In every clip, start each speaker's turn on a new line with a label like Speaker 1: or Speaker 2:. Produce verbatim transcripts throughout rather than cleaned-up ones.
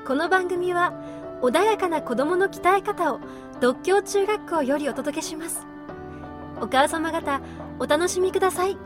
Speaker 1: この番組は穏やかな子どもの鍛え方を獨協中学校よりお届けします。お母様方お楽しみください。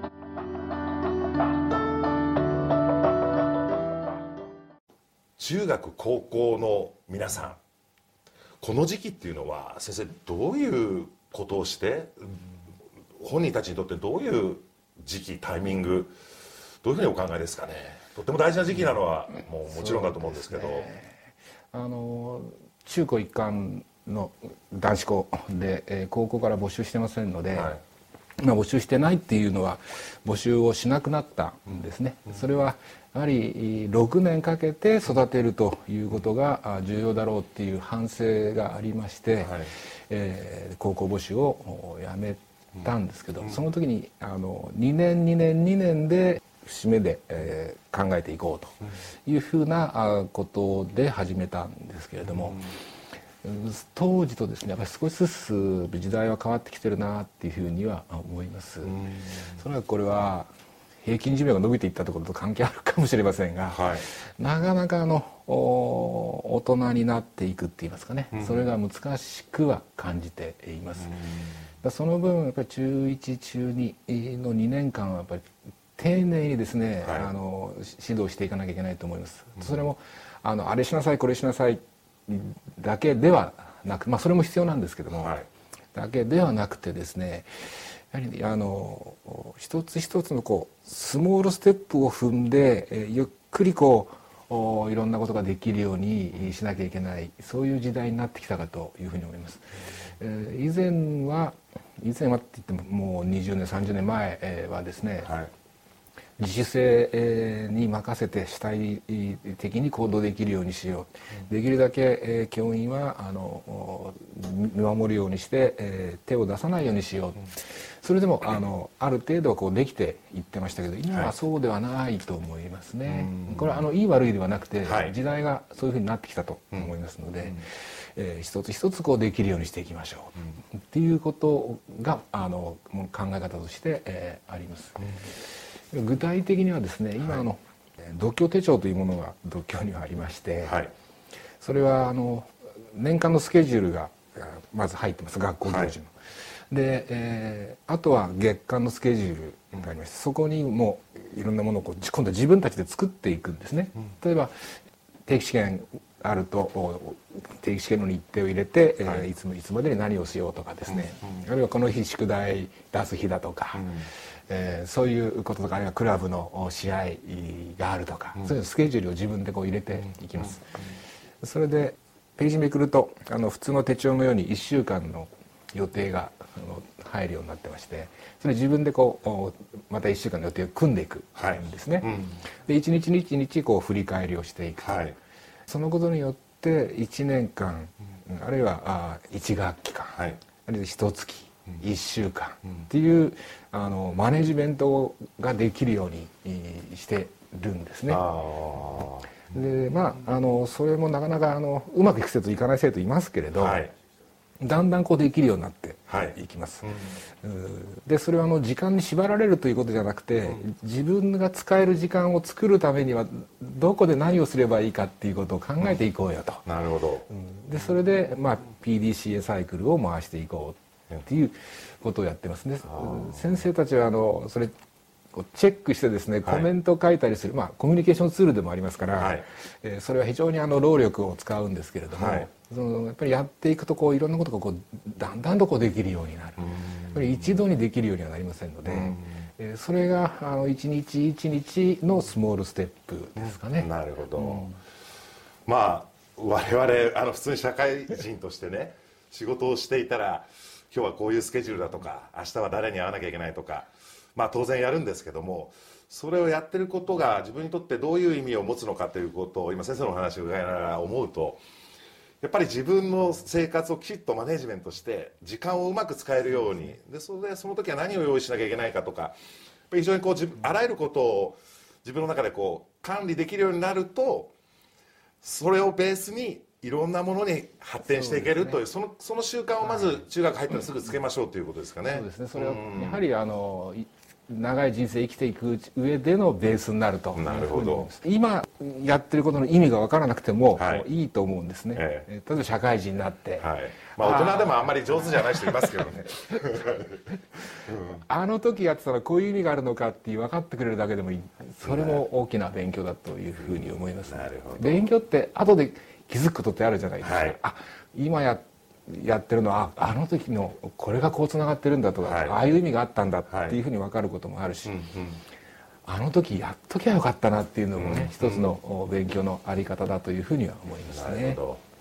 Speaker 2: 中学高校の皆さん、この時期っていうのは先生どういうことをして本人たちにとってどういう時期タイミングどういうふうにお考えですかね。とっても大事な時期なのはもうもちろんだと思うんですけど、
Speaker 3: あの中高一貫の男子校で、えー、高校から募集してませんので、はい、まあ、募集してないっていうのは募集をしなくなったんですね、うん、それはやはりろくねんかけて育てるということが重要だろうっていう反省がありまして、はい、えー、高校募集をやめたんですけど、うん、その時にあのにねんにねんにねんで節目で、えー、考えていこうというふうなことで始めたんですけれども、うん、当時とですねやっぱり少しずつ時代は変わってきてるなっていうふうには思います、うん、それはこれは平均寿命が伸びていったところと関係あるかもしれませんが、はい、なかなかあの大人になっていくって言いますかね、うん、それが難しくは感じています、うん、その分やっぱり中いち中にのにねんかんはやっぱり丁寧にですね、はい、あの指導していかなきゃいけないと思います、うん、それもあのあれしなさいこれしなさいだけではなく、まあ、それも必要なんですけども、はい、だけではなくてですねやはりあの一つ一つのこうスモールステップを踏んで、えー、ゆっくりこういろんなことができるようにしなきゃいけないそういう時代になってきたかというふうに思います、えー、以前は以前はって言ってももうにじゅうねんさんじゅうねんまえはですね、はい、自主性に任せて主体的に行動できるようにしよう、うん、できるだけ教員はあの見守るようにして手を出さないようにしよう、うん、それでもあのある程度はこうできていってましたけど今はそうではないと思いますね、はい、これはあのいい悪いではなくて、はい、時代がそういうふうになってきたと思いますので、うん、えー、一つ一つこうできるようにしていきましょう、うん、っていうことがあの考え方として、えー、あります、うん、具体的にはですね今の、はい、独協手帳というものが独協にはありまして、はい、それはあの年間のスケジュールがまず入ってます学校行事の、はい、で、えー、あとは月間のスケジュールがありまして、うん、そこにもういろんなものをこう今度は自分たちで作っていくんですね、うん、例えば定期試験あると定期試験の日程を入れて、はい、えー、いつもいつまでに何をしようとかですね、うん、あるいはこの日宿題出す日だとか、うん、えー、そういうこととかあるいはクラブの試合があるとか、うん、そういうスケジュールを自分でこう入れていきます、うんうん、それでページめくるとあの普通の手帳のようにいっしゅうかんの予定があの入るようになってまして、それ自分でこうまたいっしゅうかんの予定を組んでいくんですね、はい、うん、で一日一日こう振り返りをしていくと、はい、そのことによっていちねんかん、うん、あるいはいち学期間、はい、あるいはいちがついっしゅうかんっていう、うん、あのマネジメントができるようにしてるんですね。あでまあ、あのそれもなかなかあのうまくいく生徒いかない生徒いますけれど、はい、だんだんこうできるようになっていきます、はい、うん、でそれはあの時間に縛られるということじゃなくて、うん、自分が使える時間を作るためにはどこで何をすればいいかっていうことを考えていこうよと、うん、なるほど、うん、でそれで、まあ、ピーディーシーエー サイクルを回していこうっていうことをやってますね、うん、先生たちはあのそれチェックしてですねコメントを書いたりする、はい、まあ、コミュニケーションツールでもありますから、はい、えー、それは非常にあの労力を使うんですけれども、はい、そのやっぱりやっていくとこういろんなことがこうだんだんとこうできるようになる、やっぱり一度にできるようにはなりませんので、えー、それがあの一日一日のスモールステップですかね。
Speaker 2: なるほど、うん、まあ我々あの普通に社会人としてね仕事をしていたら今日はこういうスケジュールだとか明日は誰に会わなきゃいけないとか、まあ当然やるんですけども、それをやってることが自分にとってどういう意味を持つのかということを今先生のお話を伺いながら思うと、やっぱり自分の生活をきちっとマネジメントして時間をうまく使えるように、でそれでその時は何を用意しなきゃいけないかとか、やっぱり非常にこう自分あらゆることを自分の中でこう管理できるようになると、それをベースにいろんなものに発展していけるという、その、その習慣をまず中学入ったらすぐつけましょうということですかね。
Speaker 3: そうですね、それはやはりあの長い人生生きていく上でのベースになると。
Speaker 2: なるほど。
Speaker 3: 今やってることの意味が分からなくても、
Speaker 2: はい、
Speaker 3: いいと思うんですね、ええ、例えば社会人になって、
Speaker 2: はい、まあ、大人でもあんまり上手じゃない人いますけどね
Speaker 3: あの時やってたらこういう意味があるのかって分かってくれるだけでもいい。それも大きな勉強だというふうに思います、ね、なるほど。勉強って後で気づくことってあるじゃないですか、はい、あ今ややってるのはあの時のこれがこうつながってるんだとか、はい、ああいう意味があったんだっていうふうに分かることもあるし、はい、うんうん、あの時やっときゃよかったなっていうのもね、うんうん、一つの勉強のあり方だというふうには思いますね。なるほど。